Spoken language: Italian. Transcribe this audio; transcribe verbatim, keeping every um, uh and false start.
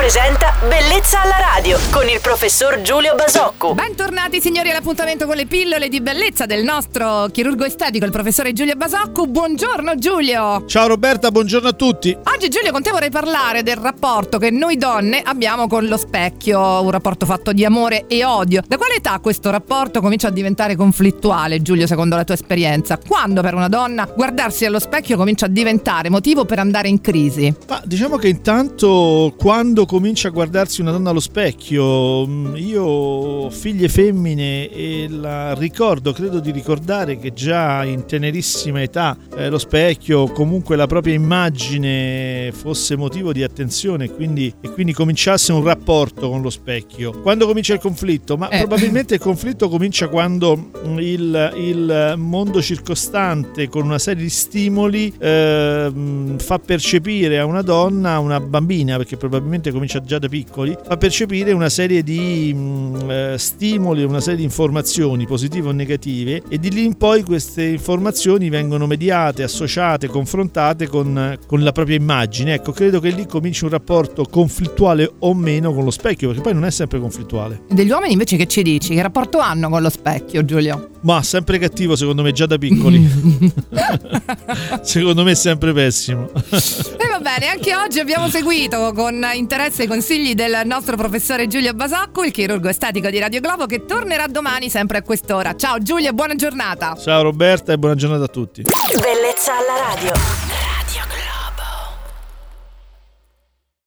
presenta Bellezza alla radio con il professor Giulio Basocco. Bentornati signori all'appuntamento con le pillole di bellezza del nostro chirurgo estetico, il professore Giulio Basocco. Buongiorno Giulio. Ciao Roberta, buongiorno a tutti. Oggi Giulio con te vorrei parlare del rapporto che noi donne abbiamo con lo specchio, un rapporto fatto di amore e odio. Da quale età questo rapporto comincia a diventare conflittuale, Giulio, secondo la tua esperienza? Quando per una donna guardarsi allo specchio comincia a diventare motivo per andare in crisi? Ma diciamo che intanto quando comincia a guardarsi una donna allo specchio, io ho figlie femmine e la ricordo, credo di ricordare che già in tenerissima età eh, lo specchio, comunque la propria immagine fosse motivo di attenzione e quindi, e quindi cominciasse un rapporto con lo specchio. Quando comincia il conflitto? Ma eh. probabilmente il conflitto comincia quando il, il mondo circostante con una serie di stimoli eh, fa percepire a una donna, a una bambina, perché probabilmente comincia già da piccoli, fa percepire una serie di mh, eh, stimoli, una serie di informazioni positive o negative, e di lì in poi queste informazioni vengono mediate, associate, confrontate con, con la propria immagine. Ecco, credo che lì cominci un rapporto conflittuale o meno con lo specchio, perché poi non è sempre conflittuale. Degli uomini invece che ci dici? Che rapporto hanno con lo specchio, Giulio? Ma sempre cattivo secondo me, già da piccoli. Secondo me è sempre pessimo. E va bene, anche oggi abbiamo seguito con interesse i consigli del nostro professore Giulio Basocco, il chirurgo estetico di Radio Globo, che tornerà domani sempre a quest'ora. Ciao Giulio e buona giornata. Ciao Roberta e buona giornata a tutti. Bellezza alla radio.